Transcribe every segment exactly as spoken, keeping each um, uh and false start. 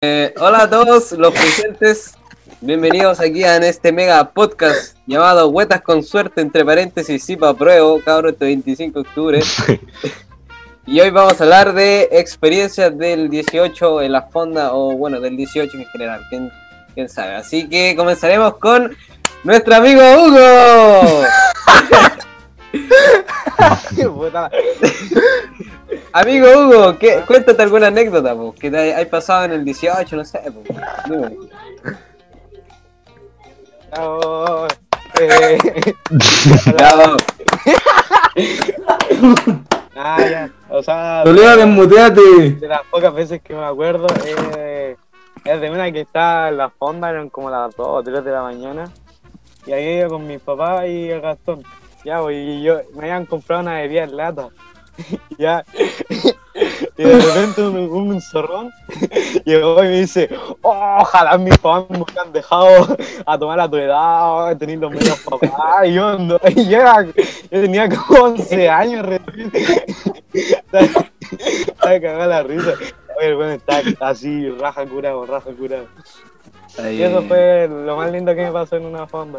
Eh, hola a todos los presentes, bienvenidos aquí a en este mega podcast llamado Huetas con Suerte, entre paréntesis, sí pa' pruebo, cabrón, este veinticinco de octubre. Y hoy vamos a hablar de experiencias del dieciocho en la fonda, o bueno, del dieciocho en general, quién, quién sabe. Así que comenzaremos con nuestro amigo Hugo. Amigo Hugo, ¿qué, cuéntate alguna anécdota, po, que te hay, hay pasado en el dieciocho, no sé, po. Dime. Bravo. Eh, Bravo. ah, ya. O sea, Toledo, desmuteate. de las pocas veces que me acuerdo, eh, es de una que estaba en la fonda, eran como las dos o tres de la mañana. Y ahí iba con mi papá y el Gastón. Ya, pues, y yo me habían comprado una bebida en lata. Ya. Y de repente un, un zorrón llegó y me dice, oh, ojalá mis papás me hubieran dejado a tomar a tu edad, tener los medios papás. Y yo, no, y yo, era, yo tenía como once años recién. Estaba cagada la risa. Oye, bueno, está así, raja curado, raja curado. Y eso fue lo más lindo que me pasó en una fonda.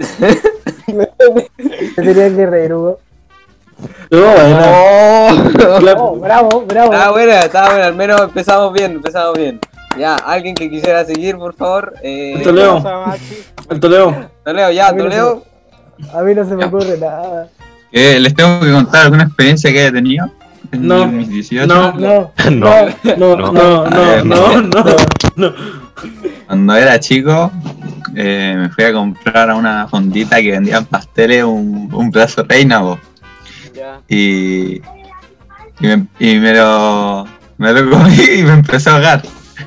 Te tenía que reír, Hugo. No, bueno. Oh, bravo, bravo. Estaba buena, estaba buena, al menos empezamos bien, empezamos bien. Ya, alguien que quisiera seguir, por favor. Eh... El Toledo. El Toledo. Toledo, ya, A mí no Toledo. se- A mí no se me ocurre nada. Eh, ¿Les tengo que contar alguna experiencia que haya tenido en No. mis dieciocho? No. No, No. no. No, no, no, no, no, no, no. Cuando era chico, eh, me fui a comprar a una fondita que vendían pasteles un, un plazo reina, po. Ya. Y, y, me, y me lo me lo comí y me empezó a ahogar.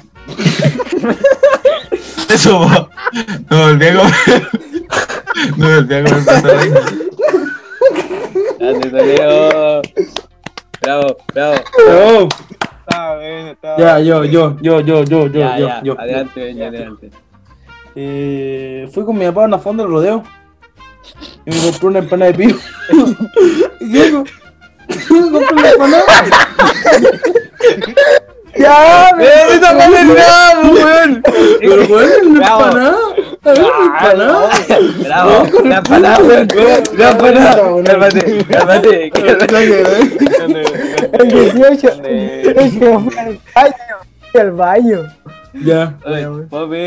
Eso, po. No volví a comer. No volví a comer plazo reina. Grande, Toledo. Bravo, bravo. No. Estaba bien, estaba Ya, bien. yo, yo, yo, yo, yo, yo, Ya, yo, ya, yo. adelante, Benji, adelante. Eh, fui con mi papá a una fonda del rodeo y me compré una empanada de pío. ¿Y qué hago? Me compré una empanada. Ya, ¡Eh, no está mal nada, weón! Pero bueno, una Bravo. empanada. A ver, una empanada. Bravo, la empanada, weón. La empanada. Cálmate, cálmate, cálmate. el dieciocho. Grande. El que fue al baño. Fui al baño. Ya. Ay, papi.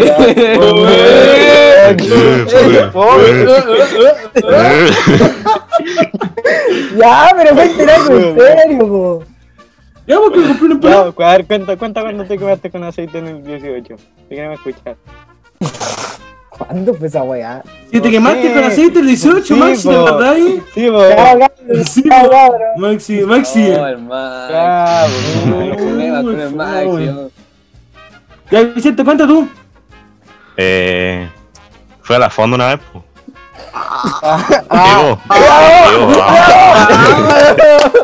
Ya, pero cuéntame algo en serio, po. Ya, porque me compré una empanada. Ya, a ver, cuenta, cuenta cuando te quedaste con aceite en el dieciocho. Te queremos escuchar. ¿Cuándo fue esa weá? Si te quemaste Sí. con aceite el dieciocho, Sí, Maxi, po. ¿verdad? Sí, po. Ya, cabrón. Sí, Ya, po. cabrón. Maxi, Maxi. Oh, hermano. Ya, No, los problemas con el Uy, Maxi. Ya, Vicente, cuenta tú. Eh, fui a la fonda una vez, po. Ah, Digo, digo, ah,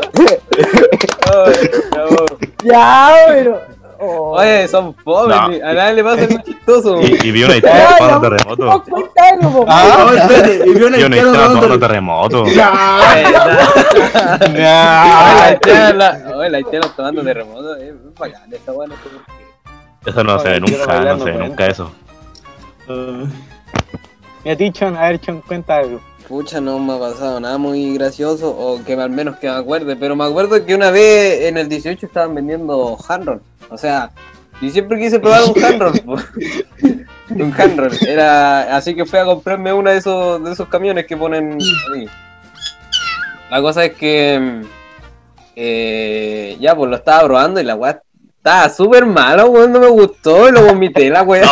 Ay, bravo. Ya, pero. Oh. Oye, son pobres, No. a nadie le pasa el chistoso. y, y vi una historia Ya, jugando ya, terremoto. no, cuéntalo, po. No, espérate, y vi una Vi una izquierda historia jugando jugando. terremoto. Ya. Oye, la ya. haitiana, la- oye, la haitiana tomando terremoto, es bacán, esa weá no sé por qué. Eso no se ve Ay, quiero nunca, bailar, no no se ve cuenta. nunca eso. Ah, Mira, ti, Chon, a ver, Chon, cuenta algo. Pucha, no me ha pasado nada muy gracioso, o que al menos que me acuerde, pero me acuerdo que una vez en el dieciocho estaban vendiendo handroll, o sea, yo siempre quise probar un handroll, po. Un handroll, era, así que fui a comprarme uno de esos, de esos camiones que ponen ahí. La cosa es que, eh, ya, pues lo estaba probando y la weá estaba súper malo, weón, no me gustó y lo vomité, la weá.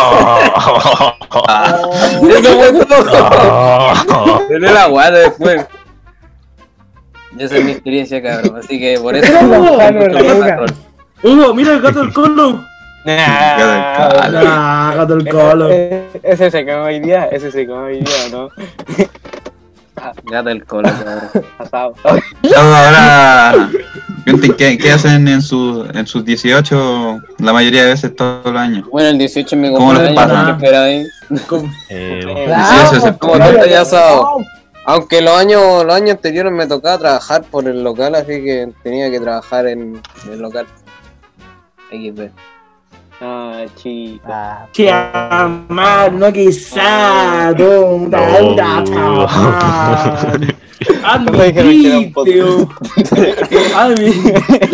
Eso fue todo. Pero la guata después. Esa es mi experiencia, cabrón. Así que por eso. Pero no, me no, gusta no, el no. rol. Hugo, mira el gato del colo. Nah. Nah, gato del colo. Eh, eh, Ese se quemó hoy día, ese se quemó hoy día, ¿no? Gata el colo, cabrón. Pasado. Ya, ahora, cuenten qué, qué hacen en, su, en sus dieciocho la mayoría de veces todos los años. Bueno, el dieciocho me ¿Cómo les compré pasa? año, espera ahí. ¿Cómo? Eh, Ah, Sí, eso es como claro, torta y claro. asado. Aunque los años, los años anteriores me tocaba trabajar por el local, así que tenía que trabajar en, en el local. X D. Ah, chico. Ah, Chamar, no quizá, tú, da, No. da, chamar. No me dijeron que era un Admitite, Admi.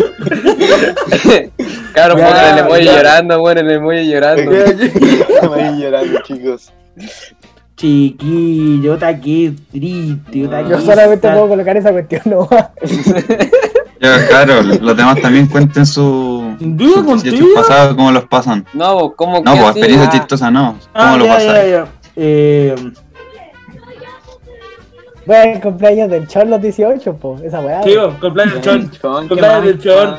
Claro, Ya, pongan el emoji ya. llorando, bueno, el emoji llorando. Estamos ahí llorando, chicos. Chiquillo, está aquí triste, está aquí yo solamente sad. puedo colocar esa cuestión nomás. Ya, claro, los demás también cuenten su ¿Digo sus dieciocho contigo? pasados, cómo los pasan. No, vos, ¿cómo No, que pues así? experiencia Ah, chistosa no. ¿Cómo Ah, lo ya, pasan? ya, ya. Eh, Fue el cumpleaños del Chor los dieciocho, po. Esa weá. tío, cumpleaños del chon. Chon, ¿qué Cumpleaños más? del chon.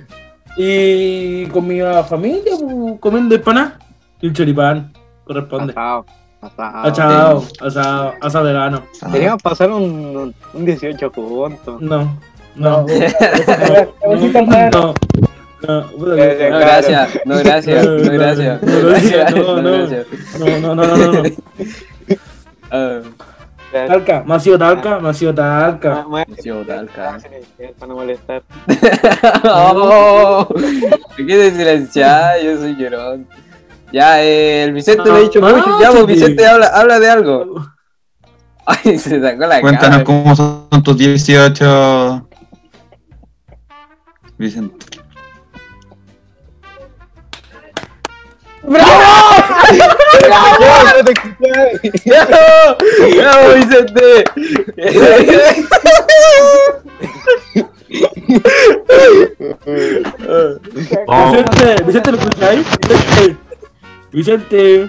Y con mi familia, pues, comiendo empanada. Y un choripán, corresponde. Asado, asado. Asado, asado, asado vegano. Queríamos pasar un, un dieciocho juntos. No, No, no, no. no, no, puta Eh, que- No, gracias, no, gracias, no, gracias. No, gracias, no, no. gracias. no, no, no, no, no, no. Ah, Talca, me ha sido talca, me ha sido talca. sí, tal, cara. Para no molestar. Oh, me quedé silenciado, yo soy llorón. Ya, eh, el Vicente me ha dicho Ah, mucho. Ya, pues, sí. Vicente, habla, habla de algo. Ay, se sacó la Cuéntanos cara. cómo son tus dieciocho. Vicente. ¡No te escuché! ¡Bravo! ¡Bravo, Vicente! Oh, Vicente, Vicente, ¿lo escucháis? Vicente, Vicente.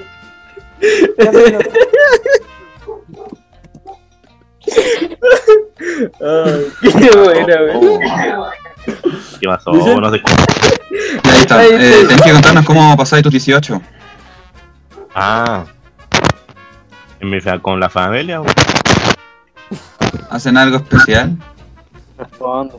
Ay, qué buena, güey. ¿qué pasó? Dice- No sé. Ya, ahí está. Eh, tenés que contarnos cómo pasáis tus dieciocho. Ah. ¿En mi fa- ¿Con la familia? o? ¿Hacen algo especial? Respondo.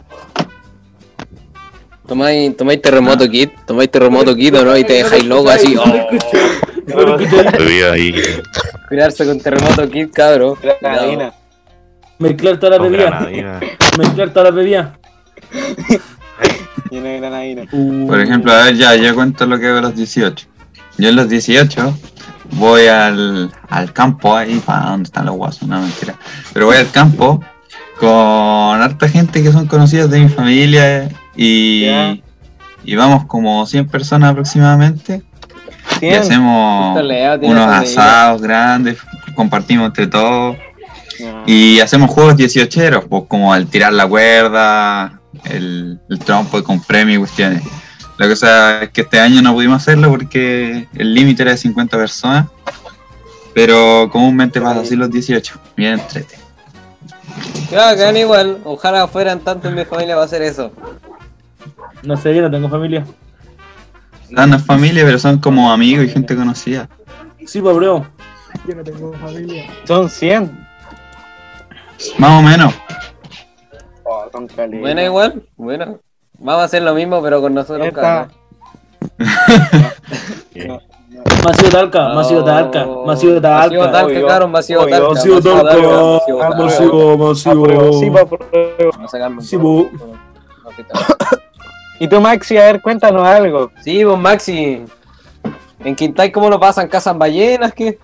Tomáis, tomáis terremoto kit, tomáis terremoto kit o no, y te dejáis loco así. No Oh, lo escucháis, no lo escucháis. Bebida ahí. cuidarse con terremoto kit, cabrón. Granadina. Mezclar toda la Con bebida. granadina. Mezclar toda la bebida. Lleno de granadina. Uh, Por ejemplo, a ver, ya, yo cuento lo que hago a los dieciocho. Yo en los dieciocho voy al, al campo ahí, para donde están los guasos, no mentira. Pero voy al campo con harta gente que son conocidos de mi familia y, Ya. y vamos como cien personas aproximadamente y cien. hacemos Esto Leo tiene unos familia. asados grandes, compartimos entre todos Ah. y hacemos juegos dieciocheros, pues como el tirar la cuerda, el, el trompo con premio y cuestiones. La cosa es que este año no pudimos hacerlo porque el límite era de cincuenta personas, pero comúnmente pasa así los dieciocho, bien entrete. Claro, que van igual. Ojalá fueran tanto en mi familia para hacer eso. No sé, yo no tengo familia. No es familia, pero son como amigos y gente conocida. Sí, pues, bro. Yo no tengo familia. Son cien. Más o menos. Oh, son calientes. Buena igual, bueno. Vamos a hacer lo mismo, pero con nosotros, Esta- cabrón. ¿Qué? Masivo talca, masivo talca, masivo talca. Masivo talca, Obvio. cabrón, masivo Obvio. talca. Masivo masivo talca. talca, masivo talca. Masivo, Apruebo, sí, masivo. pa' apruebo. Vamos a sacarlo. Sí, bu. Y tú, Maxi, a ver, cuéntanos algo. Sí, vos Maxi. ¿En Quintay cómo lo pasan? ¿Cazan ballenas? ¿Qué?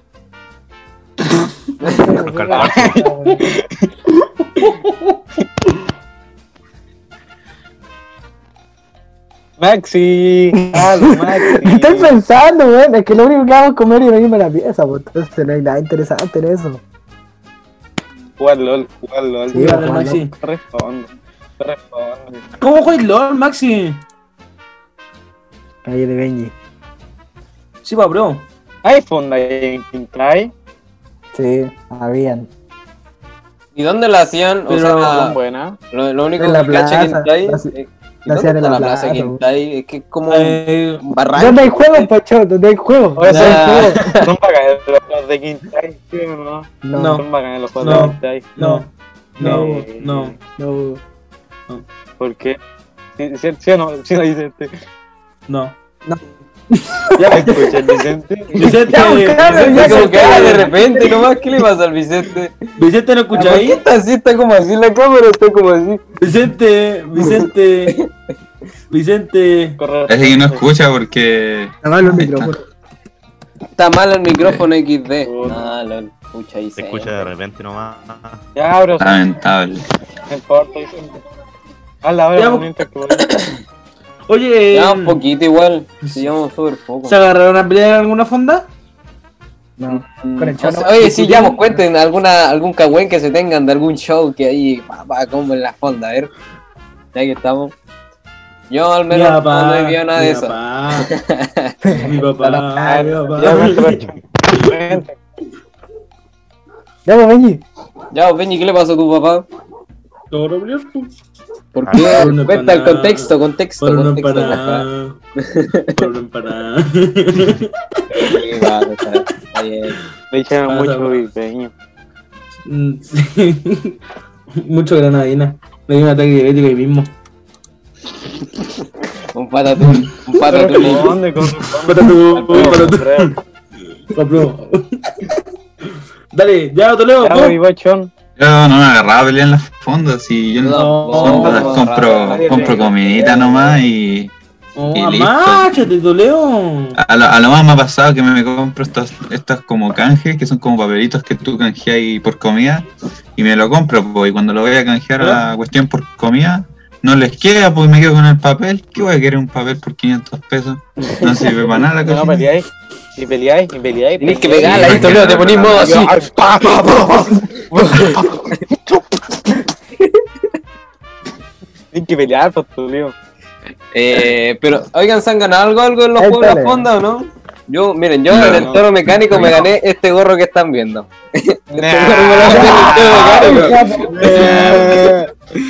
Maxi, algo, Maxi. Estoy pensando, weón. Es que lo único que hago es comer y venirme a la pieza, pues entonces no hay nada interesante en eso. Jugar LOL, jugar LOL. Sí, Dale, ojalá. Maxi. Responde, responde. ¿Cómo juegas LOL, Maxi? Calle de Benji. Sí, pues, bro. ¿Hay fonda ahí en Quintay? Sí, habían. ¿Y dónde la hacían? O Pero- Son sea, buenas. lo, lo único En la que caché plaza, Quintay. la- eh, ¿y la dónde hacían en está la la plaza plaza, Quintay? Es que es como Eh, un barranco. ¿Dónde hay juegos, Pacho? ¿Dónde hay juegos? Oye, son, Ya. juegos- son bacanes los juegos de Quintay, ¿sí o no? No, No. Son bacanes los juegos No. de Quintay. no, no, Eh, no. no. ¿Por qué? ¿Sí, sí, sí o no? ¿Sí o no, Vicente? No. ¿Ya me escuchas, Vicente? Vicente, Ya, buscaron, Vicente ya como se que habla de cae. repente nomás, ¿qué le pasa al Vicente? Vicente, ¿no ¿Por escucha qué ahí? está así? Está como así la cámara, está como así. Vicente, Vicente. Vicente. Correcto. Parece que no escucha porque. Está mal el micrófono. Está mal el micrófono equis de. No, lo escucha ahí. Se escucha de repente nomás. Ya, bro, no Lamentable. importa. Vicente. Hazla ahora, Ya, no po- mientras que voy. Oye, Ya un poquito igual. Se llama súper poco. ¿se agarraron a pelear en alguna fonda? No. Mm, Con el o chano. sea, oye, sí, ya, pues cuenten alguna, algún cagüen que se tengan de algún show que hay, papá, como en la fonda, a ver. Ya que estamos. Yo al Mi menos papá, no he visto nada mi de eso. papá, mi papá, mi Ya, papá. Vicente. Ya, pues, Benji. Ya, pues, Benji, ¿qué le pasó a tu papá? Todo lo bien, pues. ¿Por Ah, qué? por una Cuenta el empanada. contexto, contexto, Para una contexto. empanada. Para una empanada. Sí, va, está- está bien. Le echaron Pasa, mucho bro. vipeño. Mm, sí. Mucho granadina. Me dio un ataque diabético ahí mismo. Un patatún, un patatún. ¿Dónde Para tu, para tu. Papro. Dale, ya, Toledo. Ya, vos. voy, bochón. Yo no me agarraba a pelear en las fondas y yo no, No, fondas, no, compro, nadie compro le- comidita nomás y Oh, Y listo. amáchate, Toledo. a lo, a lo más me ha pasado que me, me compro estos, estos como canjes que son como papelitos que tú canjeas por comida y me lo compro, pues, y cuando lo voy a canjear a la cuestión por comida no les queda, pues me quedo con el papel. ¿Qué voy a querer un papel por quinientos pesos? No sirve para nada la No, cosa. peleáis. Y peleáis, y peleáis. Tenés que peleáis. pegarla ahí, Toledo, te ponís modo así. Pa, pa, pa, pa. Tienes que pelear, pues, tu lío. Eh, pero, oigan, ¿se han ganado algo, algo en los Ahí juegos de la sale. fonda o no? Yo, miren, yo No, en el no. toro mecánico me gané este gorro que están viendo. Este gorro me lo Nah. gané en el toro mecánico. Eh,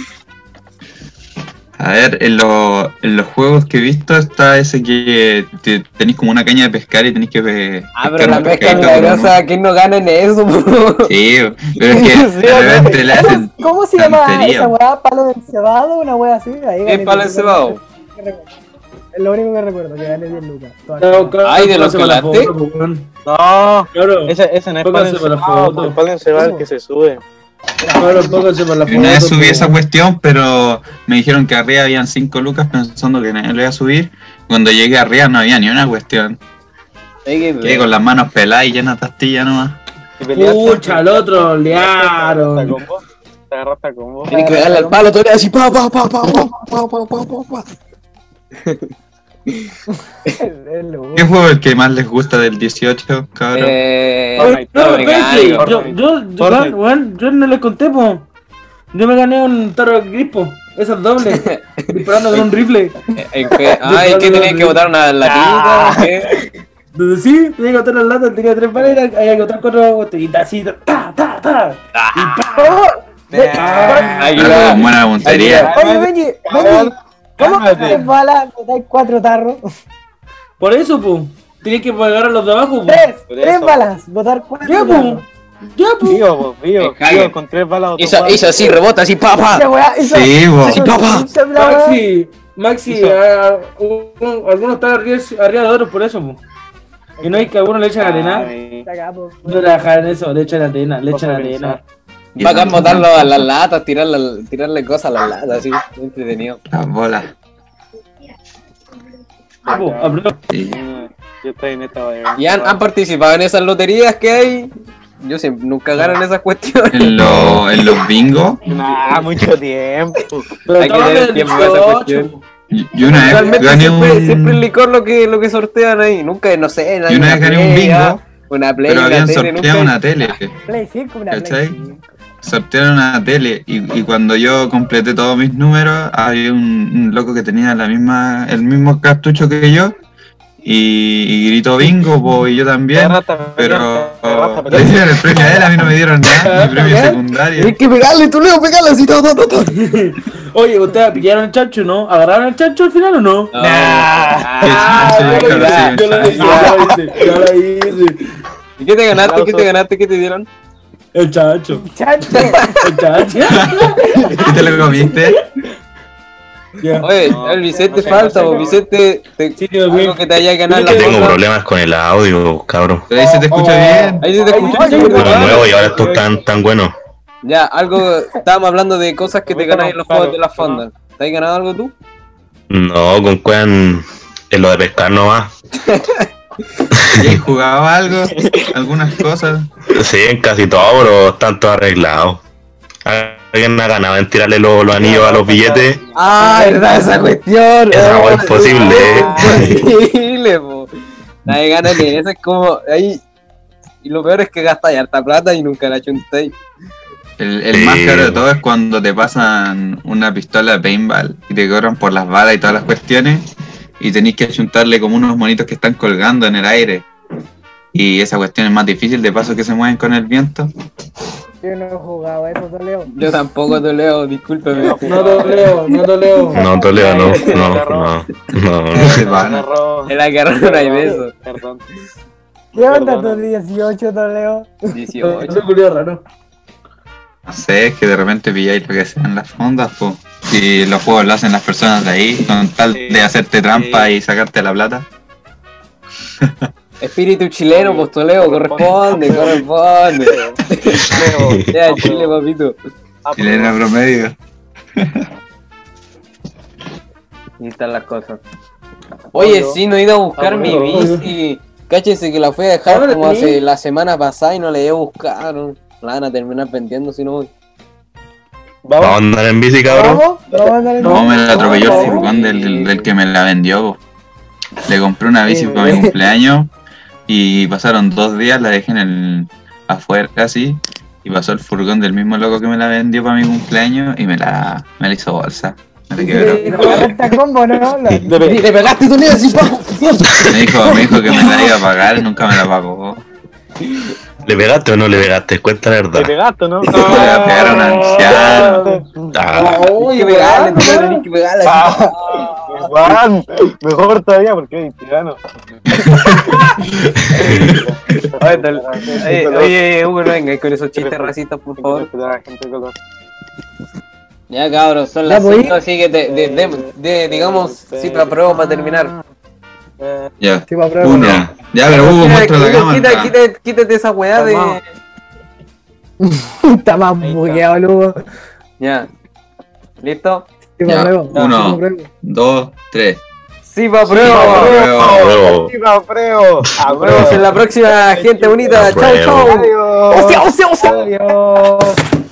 A ver, en, lo- en los juegos que he visto está ese que te- tenéis como una caña de pescar y tenéis que pe- Ah, pero pescar la un pesca pescadito con uno. milagrosa, ¿quién no gana en eso? po? Sí, pero es que Sí, de repente le ¿Cómo, hacen cómo se llama tontería. esa weá? ¿Palo de encebado? Una weá así. Ahí ¿Qué gané palo diez encebado? lucas. Es lo único que recuerdo, que gané diez lucas. Toda la No, semana. claro, Ay, ¿de los pónganse para la colaste? foto, pues, weón. No, Claro, ese, ese no es Pónganse para la foto. el palo encebado el que se sube. claro, pónganse para la foto. Una vez subí pues, esa weón. cuestión, pero me dijeron que arriba habían cinco lucas pensando que nadie lo iba a subir. Cuando llegué arriba no había ni una cuestión. Hay que Quedé ver. con las manos peladas y llenas de astilla nomás. Y peleaste. Pucha, al otro, ¿Te agarraste learon. a combo? ¿Te agarraste a combo? Tienes que pegarle al palo, Toledo, así, pa, pa, pa, pa, pa, pa, pa, pa, pa, pa. Es lo ¿Qué juego es el que más les gusta del dieciocho, cabrón? Eh, Fortnite, No, toro espérate, mecánico. yo, yo, yo, Fortnite. weón, yo no les conté, po. Yo me gané un toro grispo, eso es doble, disparando con un rifle. ¿En qué? Ay, ¿qué tenías que botar una latita? o ¿Qué? Entonces sí, tenía que botar las latas, tenía tres balas, había que botar cuatro botellitas así, ta, ta, ta. Y pa. Ahí Algo va. con buena puntería. Oye, Benji, Benji, ¿cómo Cálmate. tres balas botáis cuatro tarros? Por eso, po, tenía que pagar a los de abajo, po. Tres, Por tres eso. balas, botar cuatro Ya, tarros. po, ya, po. Vivo, pues, vivo, El hacker. vivo, con tres balas Hizo, automáticas. hizo así, rebota así, pa, pa. Esa weá, eso. Sí, bo. eso- papá. esa la weá. Maxi, Maxi, Hizo. ah, un- un- algunos están arriba, arriba de otros por eso, po. Y no hay que a uno le echan arena. Ay, Está acá, po. No trabajar en eso, le echan arena, le echan Cosa arena. Bacán botarlo a las latas, tirarle, tirarle cosas a las latas, así, muy entretenido. Las bolas. Ya, po, apretó. Sí. no, yo estoy en esta weá. ¿Y han, han participado en esas loterías que hay? Yo siempre, nunca gano en esas cuestiones. En, lo- en los bingos, Nah, mucho tiempo. Pero Hay que estaba en tener el tiempo para esa dieciocho, cuestión. po. yo una vez Realmente gané siempre, siempre el un. licor lo que, lo que sortean ahí. Nunca, no sé, Yo una vez gané un bingo, una play, pero una habían tele, sorteado nunca- una tele. Play cinco, una Play ¿Cachai? cinco. Sortearon una tele y, y cuando yo completé todos mis números, había un, un loco que tenía la misma, el mismo cartucho que yo y, y gritó bingo, po, y yo también, pero le dieron el premio a él, a mí no me dieron nada, mi premio secundario. Tienes que pegarle, tú Leo, pegarle así, todo, todo, todo. Oye, ¿ustedes pillaron el chancho, no? ¿Agarraron el chancho al final o no? Ah, yo sí, lo hice, sí, yo lo sí. hice, yo lo hice, yo lo hice. ¿Y qué te ganaste? ¿Qué te ganaste? ¿Qué te dieron? El chancho, Chacho. el chancho. ¿Y te lo comiste? Ya. Oye, No, el Vicente no sé, falta, no sé, o no. Vicente, te, Sí, tío, algo que te haya ganado en la Tengo Tengo fonda. problemas con el audio, cabrón. Pero ahí se te escucha bien. Ahí se te escucha. Ay, ay, súper ay, Lo raro. nuevo y ahora esto es tan, tan bueno. Ya, algo, estábamos hablando de cosas que te ganáis en los juegos de la fonda. ¿Te has ganado algo tú? No, con Cuean en lo de pescar nomás. ¿Y has jugado algo? ¿Algunas cosas? Sí, en casi todo, pero están todos arreglados. Alguien ha ganado en tirarle los, los anillos a los billetes. Ah, verdad, esa cuestión. Esa Oh, weá es posible, es imposible, po. Nadie gana que eso es como ahí. Y lo peor es que gastáis harta plata y nunca la chuntáis. El, el Sí. más caro de todo es cuando te pasan una pistola de paintball y te cobran por las balas y todas las cuestiones y tenéis que achuntarle como unos monitos que están colgando en el aire. Y esa cuestión es más difícil, de paso que se mueven con el viento. Yo no he jugado eso, Toledo. Yo tampoco te leo, discúlpeme. No te leo, no te leo. No, Toledo, no, no, no, no. Se van. Agarró. En la carrera no hay beso. Perdón. ¿Qué onda tu dieciocho, Toledo? dieciocho. Eso es curioso, raro. No sé, es que de repente pilláis lo que sean las fondas, pues. Si los juegos lo hacen las personas de ahí, con tal de hacerte trampa y sacarte la plata. Espíritu chileno, postoleo, corresponde, corresponde. Ya, Chile, papito. Chilena promedio. Ahí están las cosas. Oye, sí, no he ido a buscar mi bici. Cáchense que la fui a dejar como hace la semana pasada y no la he ido a buscar. La van a terminar vendiendo si no voy. Vamos a andar en bici, cabrón. ¿Vamos? ¿Vamos a andar en No, me la atropelló el ¿Vamos? furgón del, del que me la vendió, po. Le compré una bici para mi cumpleaños y pasaron dos días, la dejé en el afuera así y pasó el furgón del mismo loco que me la vendió para mi cumpleaños y me la, me la hizo bolsa. Me la quebró. Esta combo, ¿no? La- Le pegaste tu niño sin pago. Me dijo, me dijo que me la iba a pagar, nunca me la pagó. ¿Le pegaste o no le pegaste? Cuenta la Te verdad. pegaste, ¿no? Le voy a pegar a un anciano. Ah, Hay que pegarle, tú no tenés que pegarle. Juan, mejor todavía porque eres tirano. Oye, tal- Oye, oye, Hugo, no vengáis con esos chistes racistas, por favor. Ya, cabros, son Ya, las voy. cinco, así que te, de, de- de- digamos, cifra prueba para terminar. Ya, Sí, pa' prueba. uno. Ya, pero Hugo, Quita- muestra la quita- cámara. quita- quita- Quítate esa weá de. Calmao. Está más bugueado, Lugo. Ya. ¿Listo? Sí, Ya, pa' prueba. uno. Sí, pa' prueba. Dos, tres. Sí, pa' prueba. Apruebo. ¡Viva Freo! Nos vemos en la próxima, gente bonita. Chau, Apruebo. chau. ¡Adiós! ¡Hostia, hostia, hostia! Adiós.